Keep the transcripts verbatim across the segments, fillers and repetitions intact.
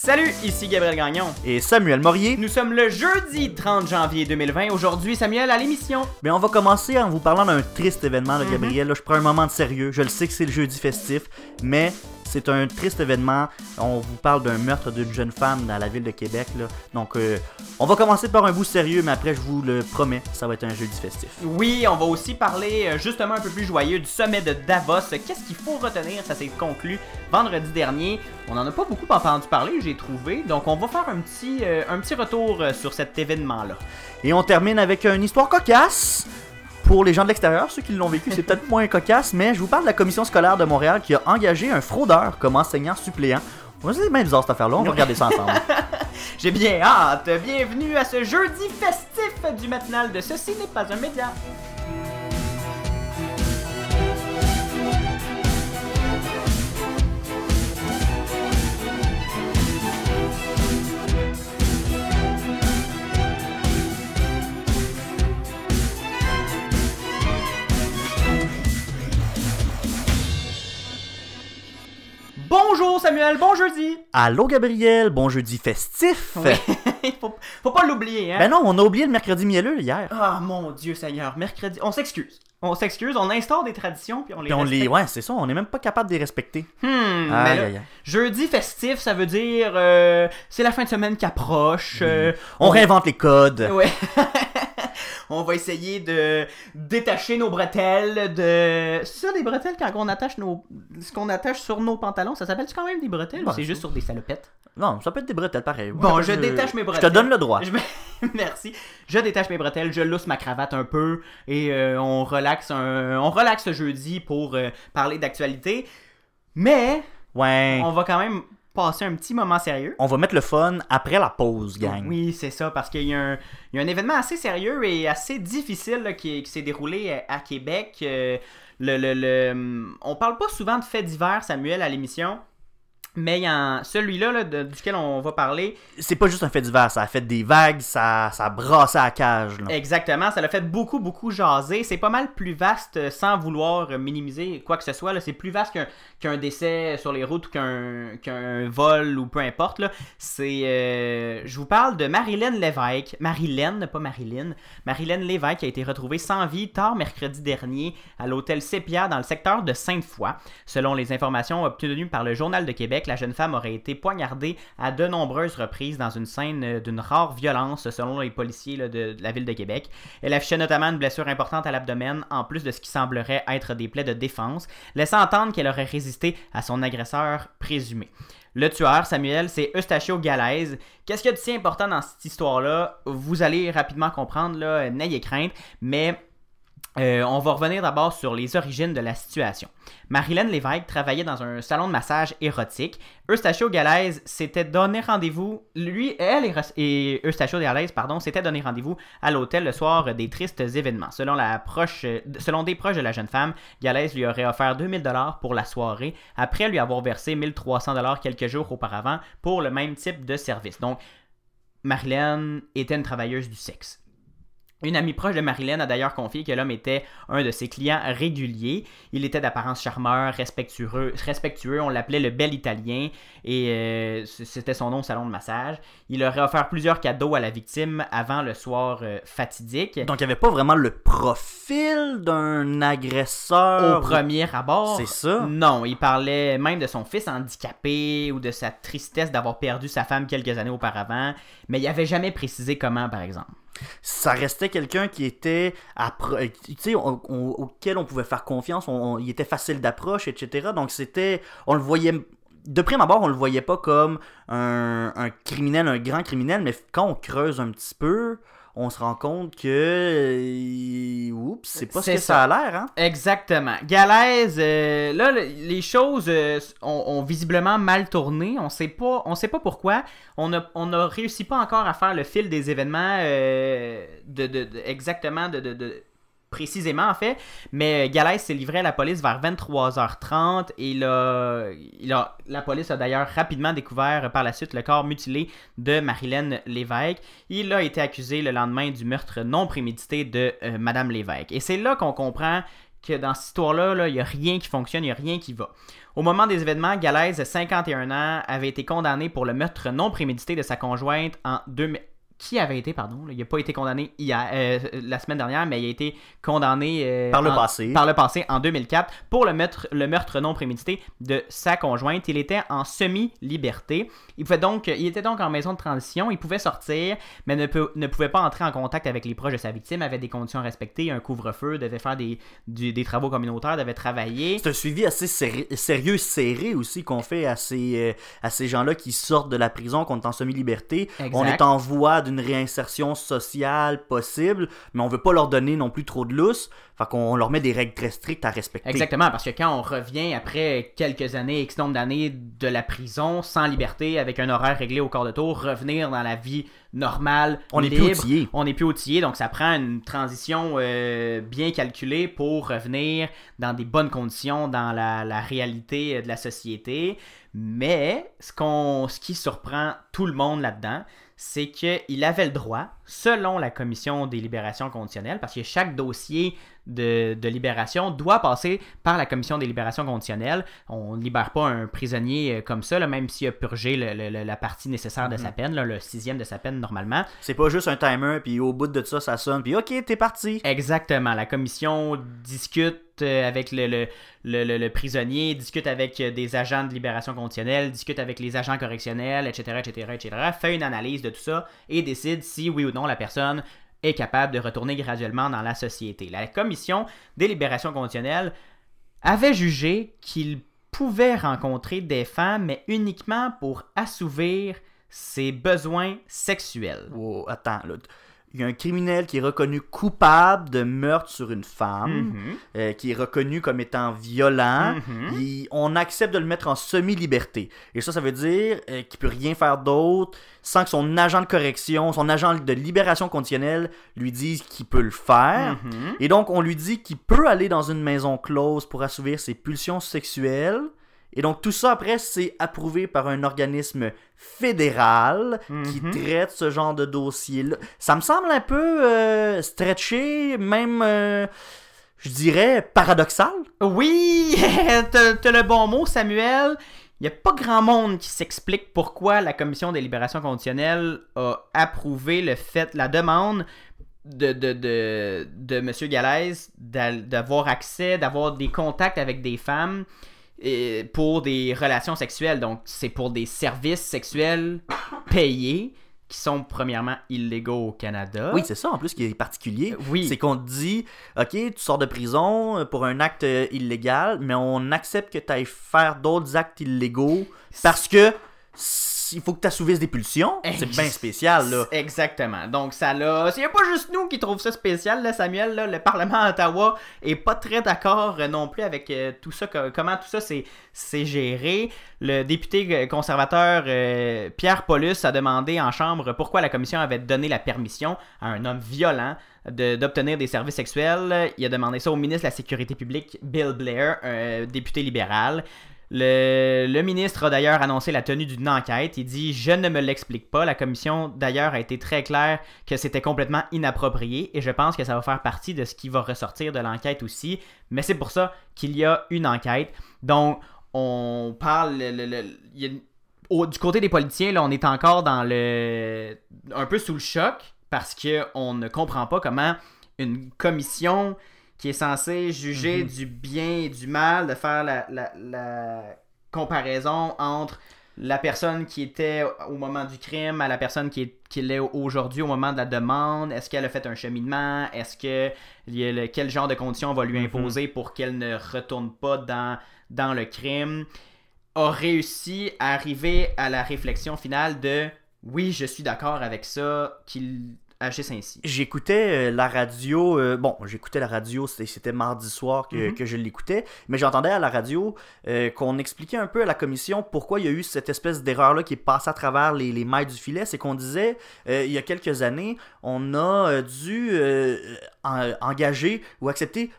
Salut, ici Gabriel Gagnon. Et Samuel Morier. Nous sommes le jeudi trente janvier deux mille vingt. Aujourd'hui, Samuel, à l'émission. Mais on va commencer en vous parlant d'un triste événement, là, Gabriel. Mm-hmm. Là, je prends un moment de sérieux. Je le sais que c'est le jeudi festif, mais c'est un triste événement. On vous parle d'un meurtre d'une jeune femme dans la ville de Québec. Là. Donc, euh, on va commencer par un bout sérieux, mais après, je vous le promets, ça va être un jeudi festif. Oui, on va aussi parler justement un peu plus joyeux du sommet de Davos. Qu'est-ce qu'il faut retenir? Ça s'est conclu vendredi dernier. On n'en a pas beaucoup entendu parler, j'ai trouvé. Donc, on va faire un petit, euh, un petit retour sur cet événement-là. Et on termine avec une histoire cocasse. Pour les gens de l'extérieur, ceux qui l'ont vécu, c'est peut-être moins cocasse, mais je vous parle de la commission scolaire de Montréal qui a engagé un fraudeur comme enseignant suppléant. C'est bien bizarre cette affaire-là, on va regarder ça ensemble. J'ai bien hâte. Bienvenue à ce jeudi festif du matinal de Ceci n'est pas un média. Bonjour Samuel, bon jeudi! Allô Gabriel, bon jeudi festif! Oui, faut, faut pas l'oublier, hein? Ben non, on a oublié le mercredi mielleux hier. Ah mon Dieu Seigneur, mercredi, on s'excuse. On s'excuse, on instaure des traditions puis on les puis on respecte. les, ouais, c'est ça, on est même pas capable de les respecter. Hmm, aïe, mais là, aïe, aïe. Jeudi festif, ça veut dire euh, c'est la fin de semaine qui approche. Euh, on, on réinvente les codes. Ouais. On va essayer de détacher nos bretelles de... C'est ça, des bretelles quand on attache nos... Ce qu'on attache sur nos pantalons, ça s'appelle-tu quand même des bretelles bon, ou c'est juste sur des salopettes? Non, ça peut être des bretelles, pareil. Bon, Moi, je, je détache mes bretelles. Je te donne le droit. Je... Merci. Je détache mes bretelles, je lousse ma cravate un peu et euh, on relaxe un... on relaxe ce jeudi pour euh, parler d'actualité. Mais ouais. on va quand même passer un petit moment sérieux. On va mettre le fun après la pause, gang. Oui, c'est ça, parce qu'il y a un, il y a un événement assez sérieux et assez difficile là, qui, qui s'est déroulé à Québec. Euh, le, le, le, on parle pas souvent de faits divers, Samuel, à l'émission. Mais il y a celui-là là, de, duquel on va parler. C'est pas juste un fait divers, ça a fait des vagues, ça, ça a brassé à la cage. Là. Exactement, ça l'a fait beaucoup, beaucoup jaser. C'est pas mal plus vaste sans vouloir minimiser quoi que ce soit. Là. C'est plus vaste qu'un, qu'un décès sur les routes ou qu'un, qu'un vol ou peu importe. Là. C'est, euh, je vous parle de Marilyn Lévesque. Marilyn, pas Marilyn. Marilyn Lévesque qui a été retrouvée sans vie tard mercredi dernier à l'hôtel Sépia dans le secteur de Sainte-Foy. Selon les informations obtenues par le Journal de Québec, la jeune femme aurait été poignardée à de nombreuses reprises dans une scène d'une rare violence selon les policiers là, de, de la ville de Québec. Elle affichait notamment une blessure importante à l'abdomen en plus de ce qui semblerait être des plaies de défense, laissant entendre qu'elle aurait résisté à son agresseur présumé. Le tueur, Samuel, c'est Eustachio Galaise. Qu'est-ce qu'il y a de si important dans cette histoire-là? Vous allez rapidement comprendre, là, n'ayez crainte, mais... Euh, on va revenir d'abord sur les origines de la situation. Marilyn Lévesque travaillait dans un salon de massage érotique. Eustachio Galaise s'était donné rendez-vous, lui, elle et Eustachio Galaise, pardon, s'étaient donné rendez-vous à l'hôtel le soir des tristes événements. Selon, la proche, selon des proches de la jeune femme, Galaise lui aurait offert deux mille dollars pour la soirée, après lui avoir versé mille trois cents dollars quelques jours auparavant pour le même type de service. Donc, Marilyn était une travailleuse du sexe. Une amie proche de Marilyn a d'ailleurs confié que l'homme était un de ses clients réguliers. Il était d'apparence charmeur, respectueux, respectueux, on l'appelait le bel italien et euh, c'était son nom au salon de massage. Il aurait offert plusieurs cadeaux à la victime avant le soir euh, fatidique. Donc il n'y avait pas vraiment le profil d'un agresseur. Au premier abord. C'est ça? Non, il parlait même de son fils handicapé ou de sa tristesse d'avoir perdu sa femme quelques années auparavant, mais il n'avait jamais précisé comment, par exemple. Ça restait quelqu'un qui était appro- tu sais, on, on, auquel on pouvait faire confiance, on, on, il était facile d'approche, et cetera. Donc c'était, on le voyait, de prime abord, on le voyait pas comme un, un criminel, un grand criminel, mais quand on creuse un petit peu, on se rend compte que euh, oups, c'est pas c'est ce que ça. ça a l'air, hein? Exactement. Galaise, euh, là, les choses euh, ont, ont visiblement mal tourné. On sait pas, on sait pas pourquoi. On a, on a réussi pas encore à faire le fil des événements euh, de, de, de, exactement de, de, de précisément en fait, mais Galaise s'est livré à la police vers vingt-trois heures trente et il a, il a, la police a d'ailleurs rapidement découvert par la suite le corps mutilé de Marilyn Lévesque. Il a été accusé le lendemain du meurtre non prémédité de euh, Madame Lévesque. Et c'est là qu'on comprend que dans cette histoire-là, il n'y a rien qui fonctionne, il n'y a rien qui va. Au moment des événements, Galaise, cinquante et un ans, avait été condamné pour le meurtre non prémédité de sa conjointe en deux mille. Qui avait été, pardon, là, il n'a pas été condamné hier, euh, la semaine dernière, mais il a été condamné euh, par le en, passé. Par le passé, en deux mille quatre, pour le meurtre, le meurtre non prémédité de sa conjointe. Il était en semi-liberté. Il, pouvait donc, il était donc en maison de transition. Il pouvait sortir, mais ne, peut, ne pouvait pas entrer en contact avec les proches de sa victime, avait des conditions respectées, un couvre-feu, devait faire des, du, des travaux communautaires, devait travailler. C'est un suivi assez séri- sérieux, serré aussi qu'on fait à ces, euh, à ces gens-là qui sortent de la prison, qu'on est en semi-liberté. Exact. On est en voie d'une réinsertion sociale possible, mais on veut pas leur donner non plus trop de lousse. Fait qu'on leur met des règles très strictes à respecter. Exactement, parce que quand on revient après quelques années, X nombre d'années de la prison, sans liberté, avec un horaire réglé au quart de tour, revenir dans la vie normale, on libre, est plus outillé. On est plus outillé, donc ça prend une transition euh, bien calculée pour revenir dans des bonnes conditions dans la, la réalité de la société. Mais ce, qu'on, ce qui surprend tout le monde là-dedans, c'est qu'il avait le droit, selon la commission des libérations conditionnelles, parce que chaque dossier de, de libération doit passer par la commission des libérations conditionnelles. On ne libère pas un prisonnier comme ça, là, même s'il a purgé le, le, la partie nécessaire de mm-hmm. sa peine, là, le sixième de sa peine normalement. C'est pas juste un timer, puis au bout de ça, ça sonne, puis ok, t'es parti. Exactement. La commission discute avec le, le, le, le, le prisonnier, discute avec des agents de libération conditionnelle, discute avec les agents correctionnels, et cetera, et cetera, et cetera, fait une analyse de tout ça et décide si oui ou non la personne est capable de retourner graduellement dans la société. La commission des libérations conditionnelles avait jugé qu'il pouvait rencontrer des femmes, mais uniquement pour assouvir ses besoins sexuels. Oh, attends, là. Il y a un criminel qui est reconnu coupable de meurtre sur une femme, mm-hmm. euh, qui est reconnu comme étant violent. Mm-hmm. Il, on accepte de le mettre en semi-liberté. Et ça, ça veut dire euh, qu'il ne peut rien faire d'autre sans que son agent de correction, son agent de libération conditionnelle lui dise qu'il peut le faire. Mm-hmm. Et donc, on lui dit qu'il peut aller dans une maison close pour assouvir ses pulsions sexuelles. Et donc, tout ça, après, c'est approuvé par un organisme fédéral mm-hmm. qui traite ce genre de dossier-là. Ça me semble un peu euh, stretché, même, euh, je dirais, paradoxal. Oui, t'as, t'as le bon mot, Samuel. Il n'y a pas grand monde qui s'explique pourquoi la Commission des libérations conditionnelles a approuvé le fait, la demande de, de, de, de M. Galaise d'avoir accès, d'avoir des contacts avec des femmes pour des relations sexuelles. Donc, c'est pour des services sexuels payés qui sont premièrement illégaux au Canada. Oui, c'est ça. En plus, ce qui est particulier, oui. c'est qu'on te dit, OK, tu sors de prison pour un acte illégal, mais on accepte que tu ailles faire d'autres actes illégaux parce que il faut que tu assouvisses des pulsions. C'est bien spécial, là. Exactement. Donc, ça là. C'est pas juste nous qui trouvons ça spécial, là, Samuel. Là. Le Parlement d'Ottawa est pas très d'accord euh, non plus avec euh, tout ça, que, comment tout ça c'est, c'est géré. Le député conservateur euh, Pierre Paulus a demandé en Chambre pourquoi la commission avait donné la permission à un homme violent de, d'obtenir des services sexuels. Il a demandé ça au ministre de la Sécurité publique, Bill Blair, un député libéral. Le, le ministre a d'ailleurs annoncé la tenue d'une enquête. Il dit « Je ne me l'explique pas ». La commission d'ailleurs a été très claire que c'était complètement inapproprié et je pense que ça va faire partie de ce qui va ressortir de l'enquête aussi. Mais c'est pour ça qu'il y a une enquête. Donc, on parle... Le, le, le, il y a, au, du côté des politiciens, là, on est encore dans le un peu sous le choc parce qu'on ne comprend pas comment une commission qui est censé juger mm-hmm. du bien et du mal, de faire la, la, la comparaison entre la personne qui était au moment du crime à la personne qui, est, qui l'est aujourd'hui au moment de la demande. Est-ce qu'elle a fait un cheminement? Est-ce que le, quel genre de conditions on va lui imposer mm-hmm. pour qu'elle ne retourne pas dans, dans le crime? A réussi à arriver à la réflexion finale de « Oui, je suis d'accord avec ça, qu'il... » agissent ainsi. J'écoutais euh, la radio, euh, bon, j'écoutais la radio, c'était, c'était mardi soir que, mm-hmm. que je l'écoutais, mais j'entendais à la radio euh, qu'on expliquait un peu à la commission pourquoi il y a eu cette espèce d'erreur-là qui est passée à travers les, les mailles du filet. C'est qu'on disait, euh, il y a quelques années, on a euh, dû euh, en, engager ou accepter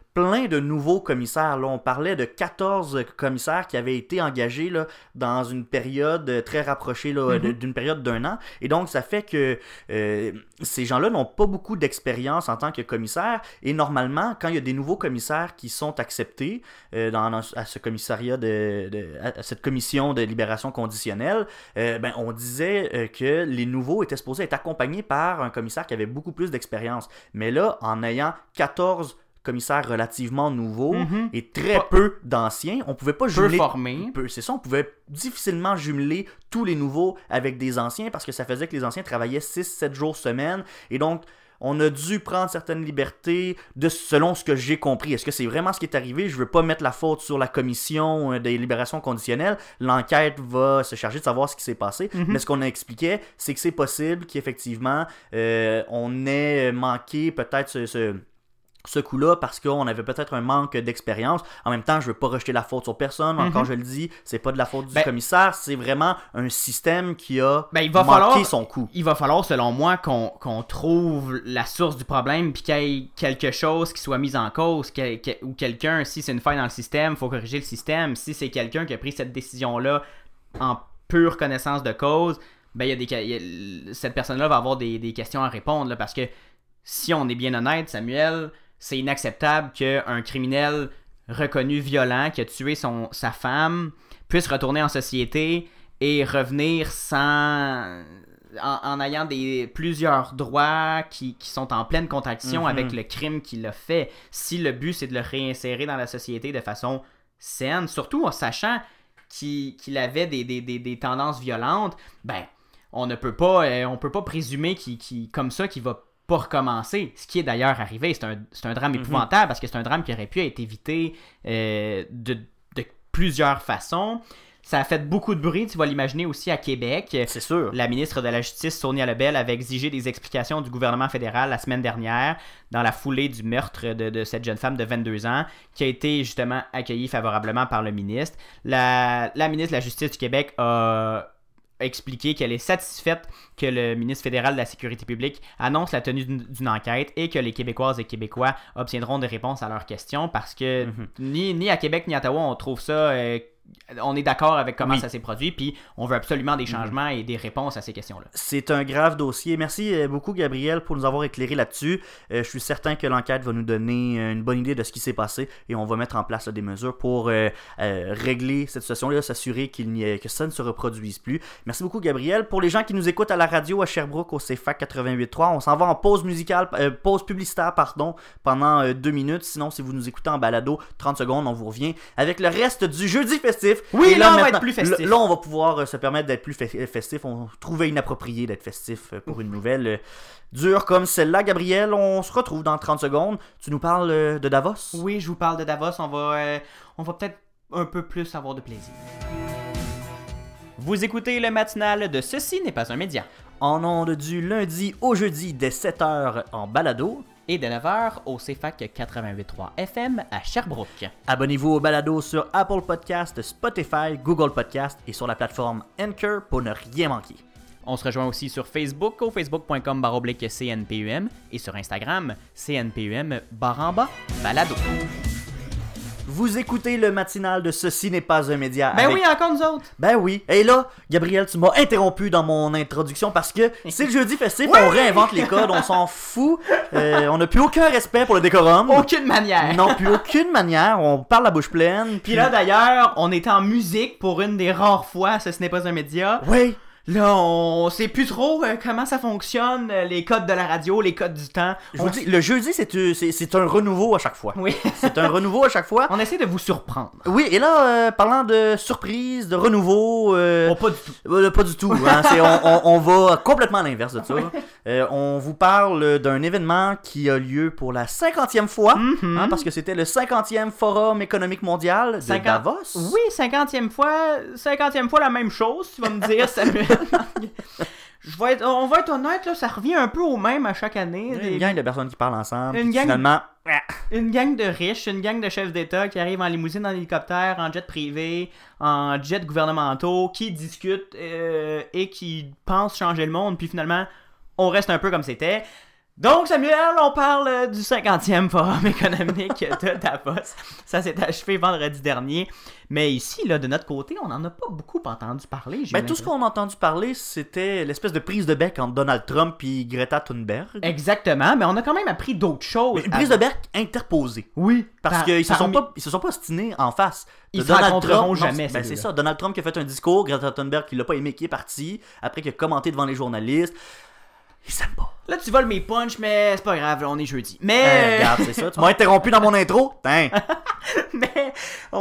plein de nouveaux commissaires. Là, on parlait de quatorze commissaires qui avaient été engagés là, dans une période très rapprochée là, mm-hmm. d'une période d'un an. Et donc, ça fait que euh, ces gens-là n'ont pas beaucoup d'expérience en tant que commissaires. Et normalement, quand il y a des nouveaux commissaires qui sont acceptés euh, dans, à ce commissariat, de, de, à cette commission de libération conditionnelle, euh, ben, on disait euh, que les nouveaux étaient supposés être accompagnés par un commissaire qui avait beaucoup plus d'expérience. Mais là, en ayant quatorze commissaires relativement nouveaux mm-hmm. et très pas, peu d'anciens, on pouvait pas jumeler... Peu formés. Peu, c'est ça, on pouvait difficilement jumeler tous les nouveaux avec des anciens parce que ça faisait que les anciens travaillaient six sept jours semaine. Et donc, on a dû prendre certaines libertés de, selon ce que j'ai compris. Est-ce que c'est vraiment ce qui est arrivé? Je veux pas mettre la faute sur la commission des libérations conditionnelles. L'enquête va se charger de savoir ce qui s'est passé. Mm-hmm. Mais ce qu'on a expliqué, c'est que c'est possible qu'effectivement, euh, on ait manqué peut-être ce... ce ce coup-là parce qu'on avait peut-être un manque d'expérience. En même temps, je veux pas rejeter la faute sur personne. Mm-hmm. Encore je le dis, c'est pas de la faute du ben, commissaire, c'est vraiment un système qui a ben, il va manqué falloir, son coup. Il va falloir, selon moi, qu'on, qu'on trouve la source du problème puis qu'il y ait quelque chose qui soit mis en cause que, que, ou quelqu'un, si c'est une faille dans le système, il faut corriger le système. Si c'est quelqu'un qui a pris cette décision-là en pure connaissance de cause, ben, il y a des, il y a, cette personne-là va avoir des, des questions à répondre là, parce que si on est bien honnête, Samuel... C'est inacceptable qu'un criminel reconnu violent qui a tué son, sa femme puisse retourner en société et revenir sans... En, en ayant des, plusieurs droits qui, qui sont en pleine contradiction mm-hmm. avec le crime qu'il a fait. Si le but, c'est de le réinsérer dans la société de façon saine, surtout en sachant qu'il, qu'il avait des, des, des, des tendances violentes, ben, on ne peut pas, euh, on peut pas présumer qu'il, qu'il, comme ça qu'il va pas recommencer, ce qui est d'ailleurs arrivé. C'est un, c'est un drame épouvantable mm-hmm. parce que c'est un drame qui aurait pu être évité euh, de, de plusieurs façons. Ça a fait beaucoup de bruit, tu vas l'imaginer aussi à Québec. C'est sûr. La ministre de la Justice, Sonia Lebel, avait exigé des explications du gouvernement fédéral la semaine dernière dans la foulée du meurtre de, de cette jeune femme de vingt-deux ans qui a été justement accueillie favorablement par le ministre. La, la ministre de la Justice du Québec a expliqué qu'elle est satisfaite que le ministre fédéral de la Sécurité publique annonce la tenue d'une, d'une enquête et que les Québécoises et Québécois obtiendront des réponses à leurs questions parce que mm-hmm. ni, ni à Québec ni à Ottawa on trouve ça... Euh, on est d'accord avec comment oui. ça s'est produit, puis on veut absolument des changements mmh. et des réponses à ces questions-là. C'est un grave dossier. Merci beaucoup, Gabriel, pour nous avoir éclairé là-dessus. Euh, je suis certain que l'enquête va nous donner une bonne idée de ce qui s'est passé et on va mettre en place là, des mesures pour euh, euh, régler cette situation-là, s'assurer qu'il n'y ait, que ça ne se reproduise plus. Merci beaucoup, Gabriel. Pour les gens qui nous écoutent à la radio à Sherbrooke, au C F A C quatre-vingt-huit trois, on s'en va en pause musicale, euh, pause publicitaire, pardon, pendant euh, deux minutes. Sinon, si vous nous écoutez en balado, trente secondes, on vous revient avec le reste du jeudi festif. Oui, et là, là, on va être plus festif. Là, on va pouvoir euh, se permettre d'être plus festif. On trouvait inapproprié d'être festif euh, pour une nouvelle euh, dure comme celle-là. Gabriel, on se retrouve dans trente secondes. Tu nous parles euh, de Davos? Oui, je vous parle de Davos. On va, euh, on va peut-être un peu plus avoir de plaisir. Vous écoutez le matinal de Ceci n'est pas un média. En ondes du lundi au jeudi dès sept heures en balado. Et de neuf heures au C F A C quatre-vingt-huit trois F M à Sherbrooke. Abonnez-vous au balado sur Apple Podcast, Spotify, Google Podcast et sur la plateforme Anchor pour ne rien manquer. On se rejoint aussi sur Facebook au facebook point com barre oblique C N P U M et sur Instagram C N P U M barre en bas balado. Vous écoutez le matinal de Ceci n'est pas un média. Ben avec... oui, encore nous autres. Ben oui. Et là, Gabriel, tu m'as interrompu dans mon introduction parce que c'est le jeudi festif, oui! On réinvente les codes, on s'en fout. Euh, on n'a plus aucun respect pour le décorum. Aucune manière. Non, plus aucune manière. On parle la bouche pleine. Puis, puis là, d'ailleurs, on est en musique pour une des rares fois, ce n'est pas un média. Oui. Là, on sait plus trop euh, comment ça fonctionne, euh, les codes de la radio, les codes du temps. Je on... vous dis, le jeudi, c'est, c'est, c'est un renouveau à chaque fois. Oui. C'est un renouveau à chaque fois. On essaie de vous surprendre. Oui, et là, euh, parlant de surprise, de renouveau... Euh, oh, pas du tout. Euh, pas du tout. Hein, c'est, on, on, on va complètement à l'inverse de ça. Oui. Euh, on vous parle d'un événement qui a lieu pour la cinquantième fois, mm-hmm. hein, parce que c'était le cinquantième Forum économique mondial de cinquante... Davos. Oui, cinquantième fois, cinquantième fois la même chose, tu vas me dire, Samuel. Je vais être, on va être honnête, là, ça revient un peu au même à chaque année. Une des... gang de personnes qui parlent ensemble, une gang... finalement... Une gang de riches, une gang de chefs d'État qui arrivent en limousine, en hélicoptère, en jet privé, en jet gouvernementaux, qui discutent euh, et qui pensent changer le monde, puis finalement, on reste un peu comme c'était. Donc, Samuel, on parle du cinquantième Forum économique de Davos. Ça s'est achevé vendredi dernier. Mais ici, là, de notre côté, on n'en a pas beaucoup entendu parler. Ben, tout ce qu'on a entendu parler, c'était l'espèce de prise de bec entre Donald Trump et Greta Thunberg. Exactement, mais on a quand même appris d'autres choses. Mais une prise de bec interposée. Oui. Parce par, qu'ils ne se, parmi... se sont pas ostinés en face. Ils se rencontreront jamais. Ben, c'est ça. Donald Trump qui a fait un discours, Greta Thunberg qui l'a pas aimé, qui est parti, après qui a commenté devant les journalistes. Ils s'aiment pas. Là, tu voles mes punchs, mais c'est pas grave, on est jeudi. Mais. Euh, regarde, c'est ça. Tu m'as interrompu dans mon intro. Tain. Mais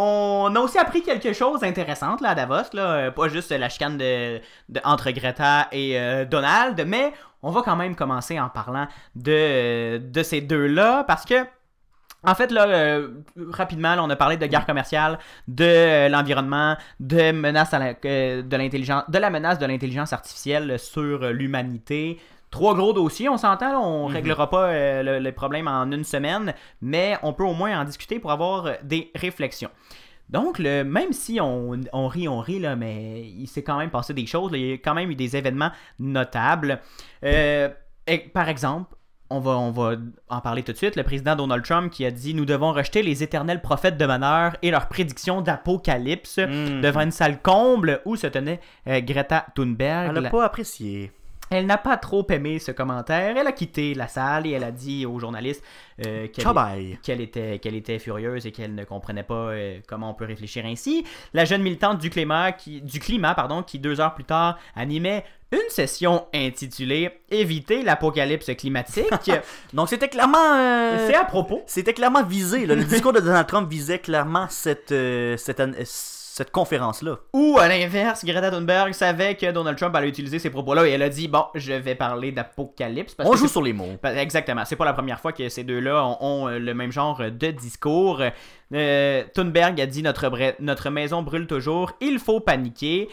on a aussi appris quelque chose d'intéressant là, à Davos. Là. Pas juste la chicane de, de, entre Greta et euh, Donald, mais on va quand même commencer en parlant de, de ces deux-là parce que. En fait, là, euh, rapidement, là, on a parlé de guerre commerciale, de euh, l'environnement, de menace à la, euh, de l'intelligence, de la menace de l'intelligence artificielle sur euh, l'humanité. Trois gros dossiers, on s'entend, là, on ne mm-hmm. réglera pas euh, le, le problème en une semaine, mais on peut au moins en discuter pour avoir euh, des réflexions. Donc, le, même si on, on rit, on rit, là, mais il s'est quand même passé des choses, là, il y a quand même eu des événements notables. Euh, et, par exemple, On va, on va en parler tout de suite. Le président Donald Trump qui a dit « Nous devons rejeter les éternels prophètes de malheur et leurs prédictions d'apocalypse mmh. devant une salle comble où se tenait euh, Greta Thunberg. » Elle n'a pas apprécié. Elle n'a pas trop aimé ce commentaire. Elle a quitté la salle et elle a dit aux journalistes euh, qu'elle, qu'elle, était, qu'elle était furieuse et qu'elle ne comprenait pas euh, comment on peut réfléchir ainsi. La jeune militante du climat, qui, du climat pardon, qui deux heures plus tard animait une session intitulée « Éviter l'apocalypse climatique ». Donc c'était clairement... Euh, C'est à propos. C'était clairement visé. Là. Le discours de Donald Trump visait clairement cette... Euh, cette euh, cette conférence-là. Ou, à l'inverse, Greta Thunberg savait que Donald Trump allait utiliser ces propos-là et elle a dit, bon, je vais parler d'apocalypse. Parce On que joue c'est... sur les mots. Exactement. C'est pas la première fois que ces deux-là ont, ont le même genre de discours. Euh, Thunberg a dit, notre, bre... notre maison brûle toujours, il faut paniquer.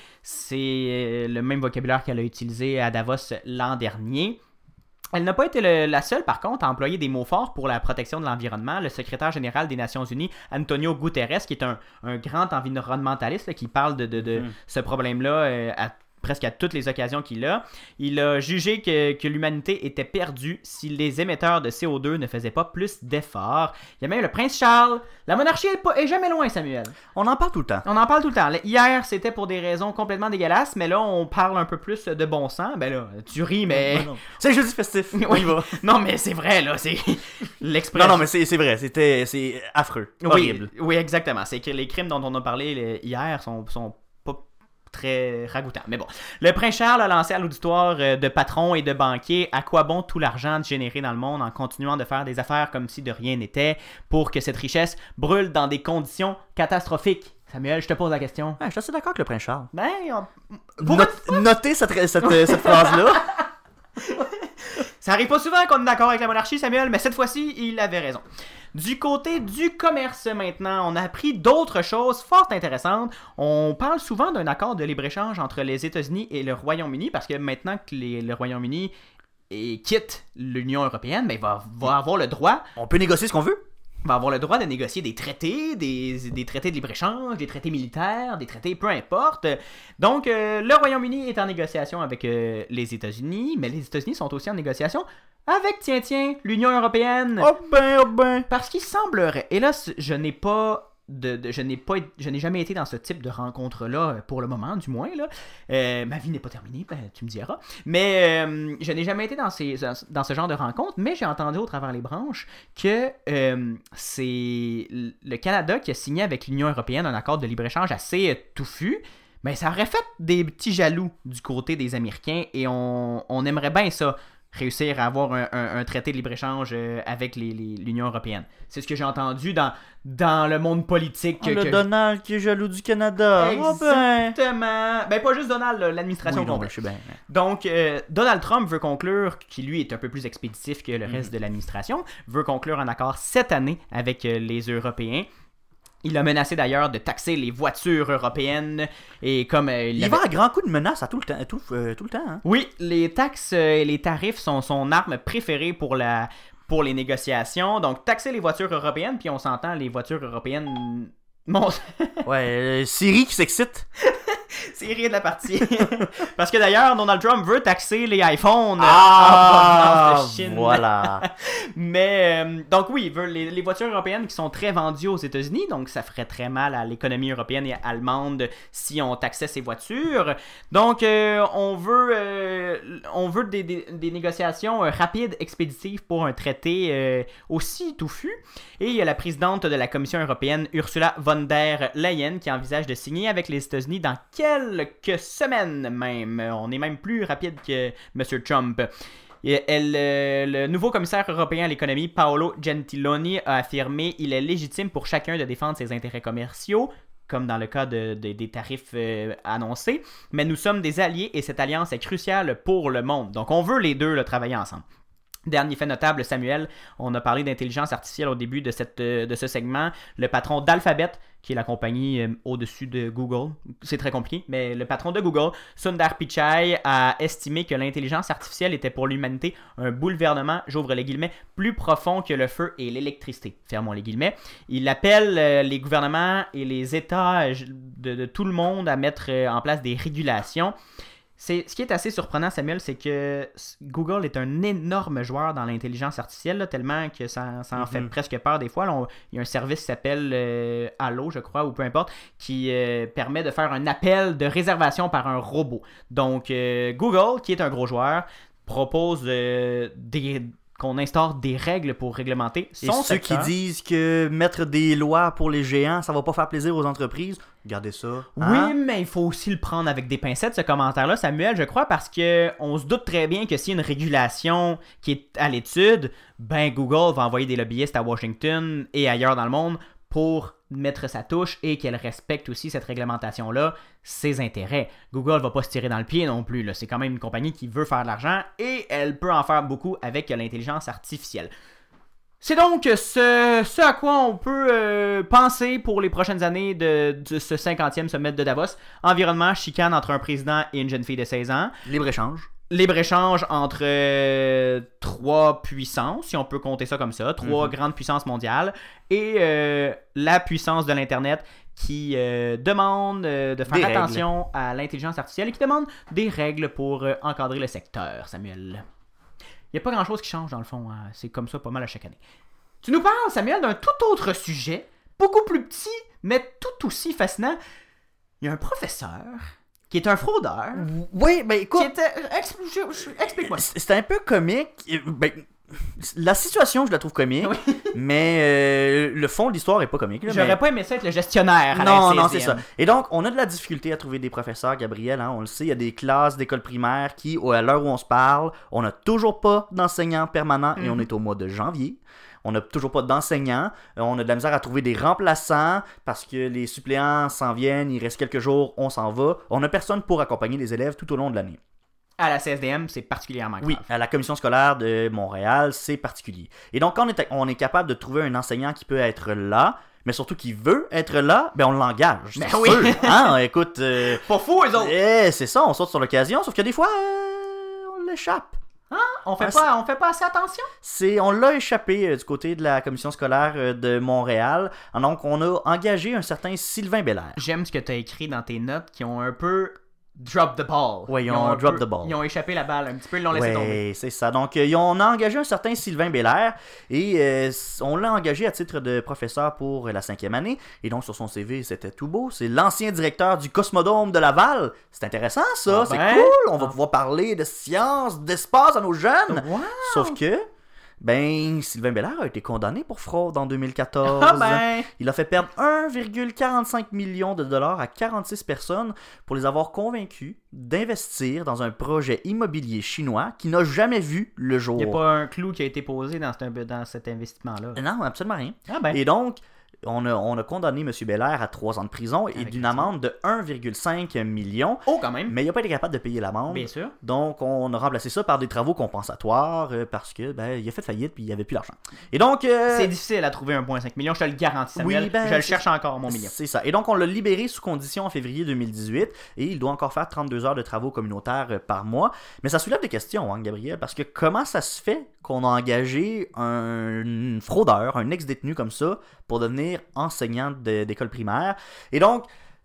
C'est le même vocabulaire qu'elle a utilisé à Davos l'an dernier. Elle n'a pas été le, la seule, par contre, à employer des mots forts pour la protection de l'environnement. Le secrétaire général des Nations Unies, Antonio Guterres, qui est un, un grand environnementaliste là, qui parle de, de, de mmh. ce problème-là euh, à presque à toutes les occasions qu'il a. Il a jugé que, que l'humanité était perdue si les émetteurs de C O deux ne faisaient pas plus d'efforts. Il y a même le prince Charles. La monarchie est, pas, est jamais loin, Samuel. On en parle tout le temps. On en parle tout le temps. Hier, c'était pour des raisons complètement dégueulasses, mais là, on parle un peu plus de bon sens. Ben là, tu ris, mais... Non, non. C'est jeudi festif. Oui, va. Non, mais c'est vrai, là. C'est l'expression. Non, non, mais c'est, c'est vrai. C'était, c'est affreux. Horrible. Oui, oui, exactement. C'est que les crimes dont on a parlé les, hier sont... sont très ragoûtant. Mais bon, le prince Charles a lancé à l'auditoire de patrons et de banquiers à quoi bon tout l'argent généré dans le monde en continuant de faire des affaires comme si de rien n'était pour que cette richesse brûle dans des conditions catastrophiques. Samuel, je te pose la question. Ouais, je suis assez d'accord avec le prince Charles. Ben, on... Not- notez cette, cette, cette phrase-là. Ça arrive pas souvent qu'on est d'accord avec la monarchie, Samuel, mais cette fois-ci, il avait raison. Du côté du commerce maintenant, on a appris d'autres choses fort intéressantes. On parle souvent d'un accord de libre-échange entre les États-Unis et le Royaume-Uni parce que maintenant que les, le Royaume-Uni est, quitte l'Union européenne, ben, il va, va avoir le droit... On peut négocier ce qu'on veut. Va avoir le droit de négocier des traités, des, des traités de libre-échange, des traités militaires, des traités peu importe. Donc, euh, le Royaume-Uni est en négociation avec euh, les États-Unis, mais les États-Unis sont aussi en négociation avec, tiens, tiens, l'Union européenne. Oh ben, oh ben. Parce qu'il semblerait, et là, je n'ai pas... De, de, je n'ai pas je n'ai jamais été dans ce type de rencontre-là, pour le moment, du moins. Là. Euh, ma vie n'est pas terminée, ben, tu me diras. Mais euh, je n'ai jamais été dans, ces, dans ce genre de rencontre, mais j'ai entendu au travers les branches que euh, c'est le Canada qui a signé avec l'Union européenne un accord de libre-échange assez euh, touffu. Mais ça aurait fait des petits jaloux du côté des Américains et on, on aimerait bien ça. Réussir à avoir un, un, un traité de libre-échange euh, avec les, les, l'Union européenne. C'est ce que j'ai entendu dans, dans le monde politique. Oh, que, le que Donald qui est jaloux du Canada. Exactement. Oh ben. ben, pas juste Donald, l'administration oui, non, complète. Je suis bien. Donc, euh, Donald Trump veut conclure, qui lui est un peu plus expéditif que le reste mm. de l'administration, veut conclure un accord cette année avec euh, les Européens. Il a menacé d'ailleurs de taxer les voitures européennes et comme euh, il, il avait... va à grands coups de menaces à tout le temps, tout, euh, tout le temps. Hein? Oui, les taxes et les tarifs sont son arme préférée pour la pour les négociations. Donc taxer les voitures européennes, puis on s'entend les voitures européennes. Mon... ouais, euh, Siri qui s'excite. C'est rire de la partie. Parce que d'ailleurs, Donald Trump veut taxer les iPhones ah, en provenance de Chine. Voilà. Mais, euh, donc oui, il veut les, les voitures européennes qui sont très vendues aux États-Unis, donc ça ferait très mal à l'économie européenne et allemande si on taxait ces voitures. Donc, euh, on veut, euh, on veut des, des, des négociations euh, rapides, expéditives pour un traité euh, aussi touffu. Et il y a la présidente de la Commission européenne, Ursula von der Leyen, qui envisage de signer avec les États-Unis dans quelques semaines même. On est même plus rapide que M. Trump. Et elle, euh, le nouveau commissaire européen à l'économie, Paolo Gentiloni, a affirmé qu'il est légitime pour chacun de défendre ses intérêts commerciaux, comme dans le cas de, de, des tarifs euh, annoncés, mais nous sommes des alliés et cette alliance est cruciale pour le monde. Donc on veut les deux là, travailler ensemble. Dernier fait notable, Samuel, on a parlé d'intelligence artificielle au début de, cette, de ce segment. Le patron d'Alphabet, qui est la compagnie euh, au-dessus de Google, c'est très compliqué, mais le patron de Google, Sundar Pichai, a estimé que l'intelligence artificielle était pour l'humanité un bouleversement, j'ouvre les guillemets, plus profond que le feu et l'électricité, fermons les guillemets. Il appelle euh, les gouvernements et les États de, de tout le monde à mettre euh, en place des régulations. C'est, ce qui est assez surprenant, Samuel, c'est que Google est un énorme joueur dans l'intelligence artificielle, là, tellement que ça, ça en mm-hmm. fait presque peur des fois. Là, on, il y a un service qui s'appelle euh, Allo, je crois, ou peu importe, qui euh, permet de faire un appel de réservation par un robot. Donc, euh, Google, qui est un gros joueur, propose euh, des... qu'on instaure des règles pour réglementer son secteur. Et ceux secteur. qui disent que mettre des lois pour les géants, ça va pas faire plaisir aux entreprises, regardez ça. Hein? Oui, mais il faut aussi le prendre avec des pincettes, ce commentaire-là, Samuel, je crois, parce que on se doute très bien que s'il y a une régulation qui est à l'étude, ben Google va envoyer des lobbyistes à Washington et ailleurs dans le monde pour mettre sa touche et qu'elle respecte aussi cette réglementation-là, ses intérêts. Google va pas se tirer dans le pied non plus. Là. C'est quand même une compagnie qui veut faire de l'argent et elle peut en faire beaucoup avec l'intelligence artificielle. C'est donc ce, ce à quoi on peut euh, penser pour les prochaines années de, de ce cinquantième sommet de Davos. Environnement, chicane entre un président et une jeune fille de seize ans. Libre-échange. Libre-échange entre euh, trois puissances, si on peut compter ça comme ça, trois mm-hmm. grandes puissances mondiales, et euh, la puissance de l'Internet qui euh, demande euh, de faire des attention règles. À l'intelligence artificielle et qui demande des règles pour euh, encadrer le secteur, Samuel. Il n'y a pas grand-chose qui change dans le fond, hein. C'est comme ça pas mal à chaque année. Tu nous parles, Samuel, d'un tout autre sujet, beaucoup plus petit, mais tout aussi fascinant. Il y a un professeur... qui est un fraudeur. Oui, ben écoute... Qui était... Explique-moi. C'est un peu comique. Ben, la situation, je la trouve comique, oui. mais euh, le fond de l'histoire est pas comique. Là, J'aurais mais... pas aimé ça être le gestionnaire à non, la non, c'est ça. Et donc, on a de la difficulté à trouver des professeurs, Gabriel, hein, on le sait, il y a des classes d'école primaire qui, à l'heure où on se parle, on n'a toujours pas d'enseignants permanents mm-hmm. et on est au mois de janvier. On n'a toujours pas d'enseignants. On a de la misère à trouver des remplaçants parce que les suppléants s'en viennent, il reste quelques jours, on s'en va. On n'a personne pour accompagner les élèves tout au long de l'année. À la C S D M, c'est particulièrement grave. Oui, à la commission scolaire de Montréal, c'est particulier. Et donc, quand on est, on est capable de trouver un enseignant qui peut être là, mais surtout qui veut être là, ben on l'engage. Ben c'est oui. sûr. Hein, écoute... Euh, pas fou, eux autres! Eh, c'est ça, on saute sur l'occasion, sauf que des fois, euh, on l'échappe. Hein? On fait, pas, on fait pas assez attention? C'est, on l'a échappé euh, du côté de la commission scolaire euh, de Montréal. Donc, on a engagé un certain Sylvain Bélair. J'aime ce que tu as écrit dans tes notes qui ont un peu drop the ball. Oui, ils, ils ont, ont drop peu, the ball. Ils ont échappé la balle un petit peu, ils l'ont laissé ouais, tomber. Oui, c'est ça. Donc, euh, on a engagé un certain Sylvain Bélair et euh, on l'a engagé à titre de professeur pour la cinquième année. Et donc, sur son C V, c'était tout beau. C'est l'ancien directeur du Cosmodome de Laval. C'est intéressant, ça. Ah c'est ben, cool. On va ah. pouvoir parler de science, d'espace à nos jeunes. Wow. Sauf que... Ben, Sylvain Bélair a été condamné pour fraude en deux mille quatorze. Ah ben. Il a fait perdre un virgule quarante-cinq million de dollars à quarante-six personnes pour les avoir convaincus d'investir dans un projet immobilier chinois qui n'a jamais vu le jour. Il n'y a pas un clou qui a été posé dans cet, dans cet investissement-là. Non, absolument rien. Ah ben. Et donc... On a, on a condamné M. Bélair à trois ans de prison et d'une amende de un virgule cinq million. Oh, quand même! Mais il n'a pas été capable de payer l'amende. Bien sûr. Donc, on a remplacé ça par des travaux compensatoires euh, parce que ben, il a fait faillite puis il n'y avait plus d'argent. Et donc... Euh... C'est difficile à trouver un virgule cinq million, je te le garantis, Samuel. Oui, ben, je le cherche encore, mon million. C'est ça. Et donc, on l'a libéré sous condition en février deux mille dix-huit et il doit encore faire trente-deux heures de travaux communautaires euh, par mois. Mais ça soulève des questions, hein, Gabriel, parce que comment ça se fait qu'on a engagé un fraudeur, un ex-détenu comme ça, pour devenir enseignant de, d'école primaire. Et donc,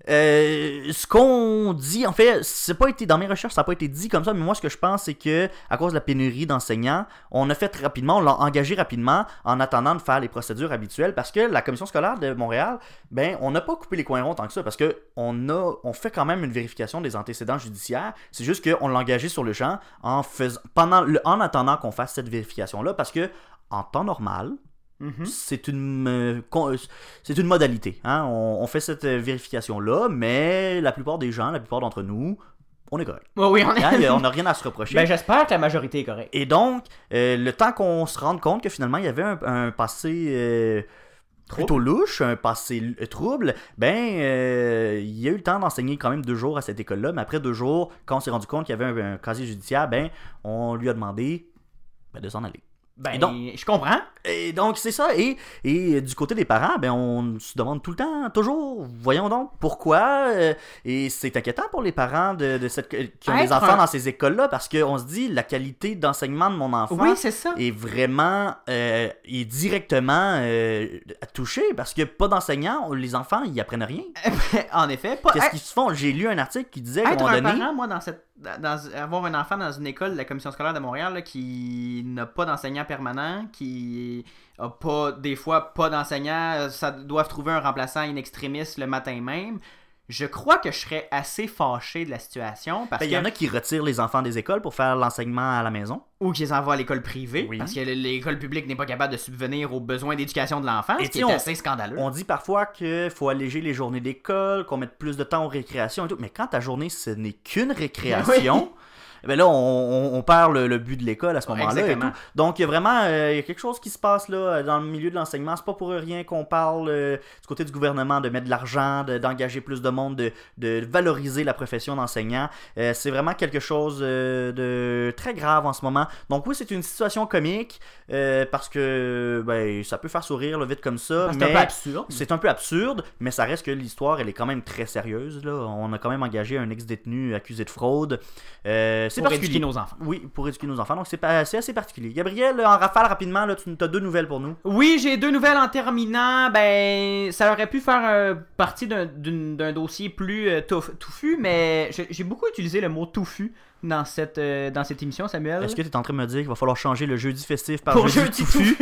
Euh, ce qu'on dit, en fait, c'est pas été dans mes recherches, ça n'a pas été dit comme ça, mais moi ce que je pense, c'est que à cause de la pénurie d'enseignants, on a fait rapidement, on l'a engagé rapidement en attendant de faire les procédures habituelles, parce que la commission scolaire de Montréal, ben, on n'a pas coupé les coins ronds tant que ça, parce que on a, on fait quand même une vérification des antécédents judiciaires. C'est juste qu'on l'a engagé sur le champ en faisant, pendant, le, en attendant qu'on fasse cette vérification-là, parce que en temps normal. Mm-hmm. C'est une euh, con, c'est une modalité. Hein? On, on fait cette euh, vérification-là, mais la plupart des gens, la plupart d'entre nous, on est correct. Oh oui, on est... hein? On n'a rien à se reprocher. Ben, j'espère que la majorité est correcte. Et donc, euh, le temps qu'on se rende compte que finalement, il y avait un, un passé... Euh, plutôt louche, un passé trouble, ben, euh, il y a eu le temps d'enseigner quand même deux jours à cette école-là, mais après deux jours, quand on s'est rendu compte qu'il y avait un, un casier judiciaire, ben, on lui a demandé ben, de s'en aller. Ben, donc, je comprends. Et donc, c'est ça. Et, et du côté des parents, ben, on se demande tout le temps, toujours, voyons donc, pourquoi. Euh, et c'est inquiétant pour les parents de, de cette, qui ont Être des enfants un... dans ces écoles-là, parce qu'on se dit, la qualité d'enseignement de mon enfant oui, c'est ça. est vraiment, euh, est directement euh, touchée, parce que pas d'enseignants, les enfants, ils apprennent rien. En effet. Pas... Qu'est-ce qu'ils se font? J'ai lu un article qui disait qu'à un moment donné... parent, moi, dans cette... Dans, avoir un enfant dans une école de la commission scolaire de Montréal là, qui n'a pas d'enseignant permanent, qui a pas, des fois pas d'enseignant, ça doivent trouver un remplaçant in extremis le matin même. Je crois que je serais assez fâché de la situation. Parce ben, que... y en a qui retirent les enfants des écoles pour faire l'enseignement à la maison. Ou qui les envoient à l'école privée, oui. Parce que l'école publique n'est pas capable de subvenir aux besoins d'éducation de l'enfant, ce qui est on, assez scandaleux. On dit parfois qu'il faut alléger les journées d'école, qu'on mette plus de temps aux récréations et tout, mais quand ta journée, ce n'est qu'une récréation... Oui. Ben là, on, on, on perd le, le but de l'école à ce moment-là. Et tout. Donc, il y a vraiment euh, il y a quelque chose qui se passe là dans le milieu de l'enseignement. C'est pas pour rien qu'on parle euh, du côté du gouvernement de mettre de l'argent, de, d'engager plus de monde, de, de valoriser la profession d'enseignant. Euh, c'est vraiment quelque chose euh, de très grave en ce moment. Donc oui, c'est une situation comique euh, parce que ben, ça peut faire sourire là, vite comme ça. C'est mais un peu absurde. C'est un peu absurde, mais ça reste que l'histoire, elle est quand même très sérieuse. Là. On a quand même engagé un ex-détenu accusé de fraude. Euh, C'est pour éduquer nos enfants. Oui, pour éduquer nos enfants. Donc, c'est, pas, c'est assez particulier. Gabriel, en rafale, rapidement, là, tu as deux nouvelles pour nous. Oui, j'ai deux nouvelles en terminant. Ben, ça aurait pu faire euh, partie d'un, d'un, d'un dossier plus euh, touf, touffu, mais j'ai, j'ai beaucoup utilisé le mot touffu dans cette, euh, dans cette émission, Samuel. Est-ce que tu es en train de me dire qu'il va falloir changer le jeudi festif par pour jeudi, jeudi touffu?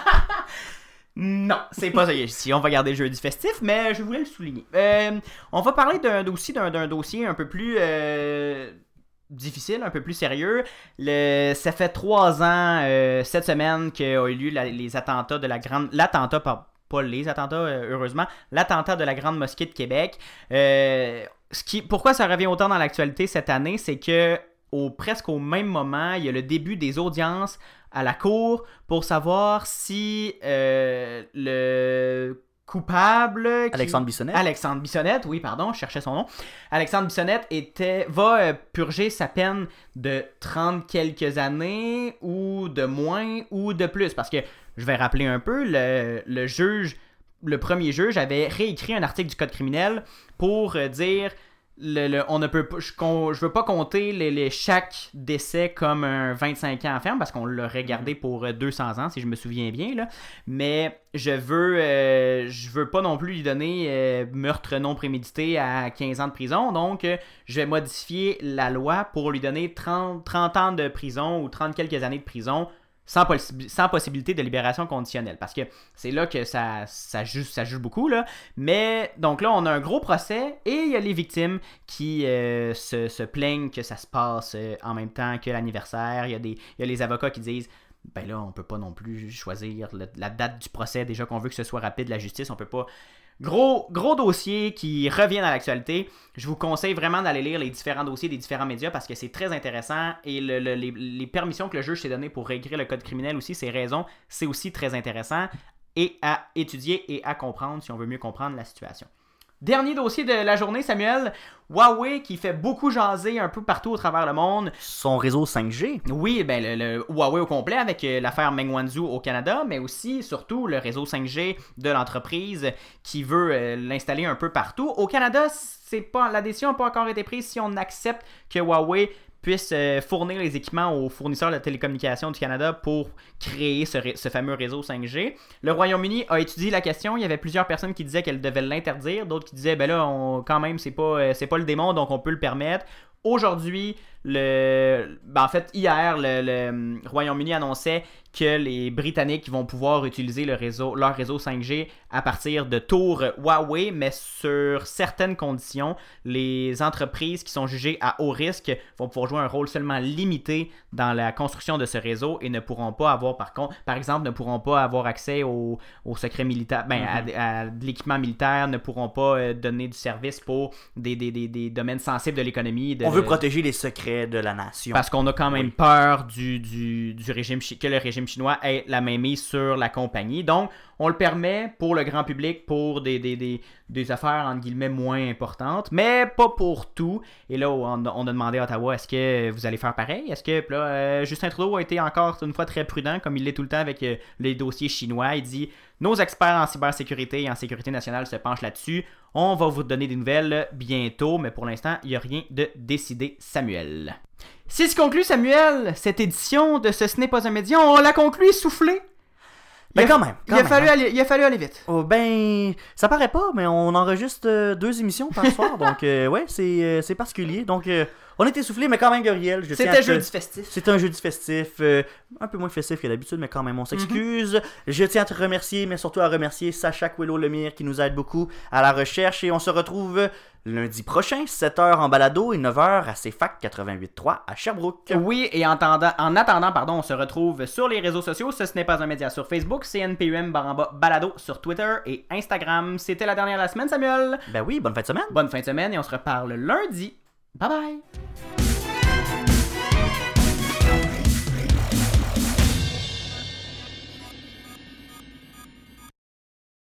Non, c'est pas ça. Si on va garder le jeudi festif, mais je voulais le souligner. Euh, on va parler d'un, aussi d'un, d'un dossier un peu plus... Euh, difficile, un peu plus sérieux. Le, ça fait trois ans, euh, cette semaine, qu'ont eu lieu la, les attentats de la grande... L'attentat, pas, pas les attentats, euh, heureusement. L'attentat de la Grande Mosquée de Québec. Euh, ce qui, pourquoi ça revient autant dans l'actualité cette année, c'est que au, presque au même moment, il y a le début des audiences à la cour pour savoir si euh, le... coupable... Alexandre qui... Bissonnette. Alexandre Bissonnette, oui, pardon, je cherchais son nom. Alexandre Bissonnette était, va euh, purger sa peine de trente quelques années, ou de moins, ou de plus. Parce que, je vais rappeler un peu, le, le juge, le premier juge avait réécrit un article du Code criminel pour euh, dire... Le, le, on ne peut pas, je, je veux pas compter les, les, chaque décès comme un vingt-cinq ans ferme parce qu'on l'aurait gardé pour deux cents ans si je me souviens bien là. Mais je veux euh, je veux pas non plus lui donner euh, meurtre non prémédité à quinze ans de prison, donc euh, je vais modifier la loi pour lui donner trente, trente ans de prison ou trente quelques années de prison sans, possi- sans possibilité de libération conditionnelle. Parce que c'est là que ça, ça, juge, ça juge beaucoup. Là. Mais donc là, on a un gros procès et il y a les victimes qui euh, se, se plaignent que ça se passe euh, en même temps que l'anniversaire. Il y a, des, il y a les avocats qui disent ben là, on peut pas non plus choisir le, la date du procès. Déjà qu'on veut que ce soit rapide, la justice, on peut pas... Gros, gros dossier qui revient dans l'actualité. Je vous conseille vraiment d'aller lire les différents dossiers des différents médias parce que c'est très intéressant et le, le, les, les permissions que le juge s'est données pour réécrire le code criminel aussi, ses raisons, c'est aussi très intéressant et à étudier et à comprendre si on veut mieux comprendre la situation. Dernier dossier de la journée, Samuel. Huawei qui fait beaucoup jaser un peu partout au travers le monde. Son réseau cinq G. Oui, ben le, le Huawei au complet avec euh, l'affaire Meng Wanzhou au Canada, mais aussi, surtout, le réseau cinq G de l'entreprise qui veut euh, l'installer un peu partout. Au Canada, c'est pas, la décision n'a pas encore été prise si on accepte que Huawei puisse euh, fournir les équipements aux fournisseurs de télécommunications du Canada pour créer ce, ré- ce fameux réseau cinq G. Le Royaume-Uni a étudié la question. Il y avait plusieurs personnes qui disaient qu'elle devait l'interdire, d'autres qui disaient ben là, on, quand même, c'est pas, euh, c'est pas le démon, donc on peut le permettre. Aujourd'hui, le... ben en fait, hier, le, le Royaume-Uni annonçait que les Britanniques vont pouvoir utiliser le réseau, leur réseau cinq G à partir de tours Huawei, mais sur certaines conditions. Les entreprises qui sont jugées à haut risque vont pouvoir jouer un rôle seulement limité dans la construction de ce réseau et ne pourront pas avoir, par contre, par exemple, ne pourront pas avoir accès au, au secret militaire, ben, mm-hmm. à, à de l'équipement militaire, ne pourront pas euh, donner du service pour des, des, des, des domaines sensibles de l'économie. De, On veut protéger les secrets de la nation. Parce qu'on a quand même oui. peur du, du, du régime que le régime chinois ait la mainmise sur la compagnie. Donc, on le permet pour le grand public, pour des, des, des, des affaires, entre guillemets, moins importantes, mais pas pour tout. Et là, on, on a demandé à Ottawa, est-ce que vous allez faire pareil? Est-ce que, là, euh, Justin Trudeau a été encore une fois très prudent, comme il l'est tout le temps avec euh, les dossiers chinois. Il dit, nos experts en cybersécurité et en sécurité nationale se penchent là-dessus. On va vous donner des nouvelles bientôt, mais pour l'instant, il n'y a rien de décidé, Samuel. Si se conclut, Samuel, cette édition de Ce, ce n'est pas un média, on l'a conclu essoufflé. Ben il quand a, même. Quand il, a même fallu hein. aller, il a fallu aller vite. Oh, ben, ça paraît pas, mais on enregistre euh, deux émissions par soir, donc euh, ouais, c'est, euh, c'est particulier. Donc, euh, on est essoufflé, mais quand même, Gabriel. C'était jeudi festif. C'était un jeudi festif, euh, un peu moins festif que d'habitude, mais quand même, on s'excuse. Mm-hmm. Je tiens à te remercier, mais surtout à remercier Sacha Coelho-Lemire qui nous aide beaucoup à la recherche. Et on se retrouve lundi prochain, sept heures en balado et neuf heures à C F A C quatre-vingt-huit trois à Sherbrooke. Oui, et en, tendant, en attendant, pardon, on se retrouve sur les réseaux sociaux. Ce, ce n'est pas un média sur Facebook, C N P U M barre en bas balado sur Twitter et Instagram. C'était la dernière de la semaine, Samuel. Ben oui, bonne fin de semaine. Bonne fin de semaine et on se reparle lundi. Bye bye.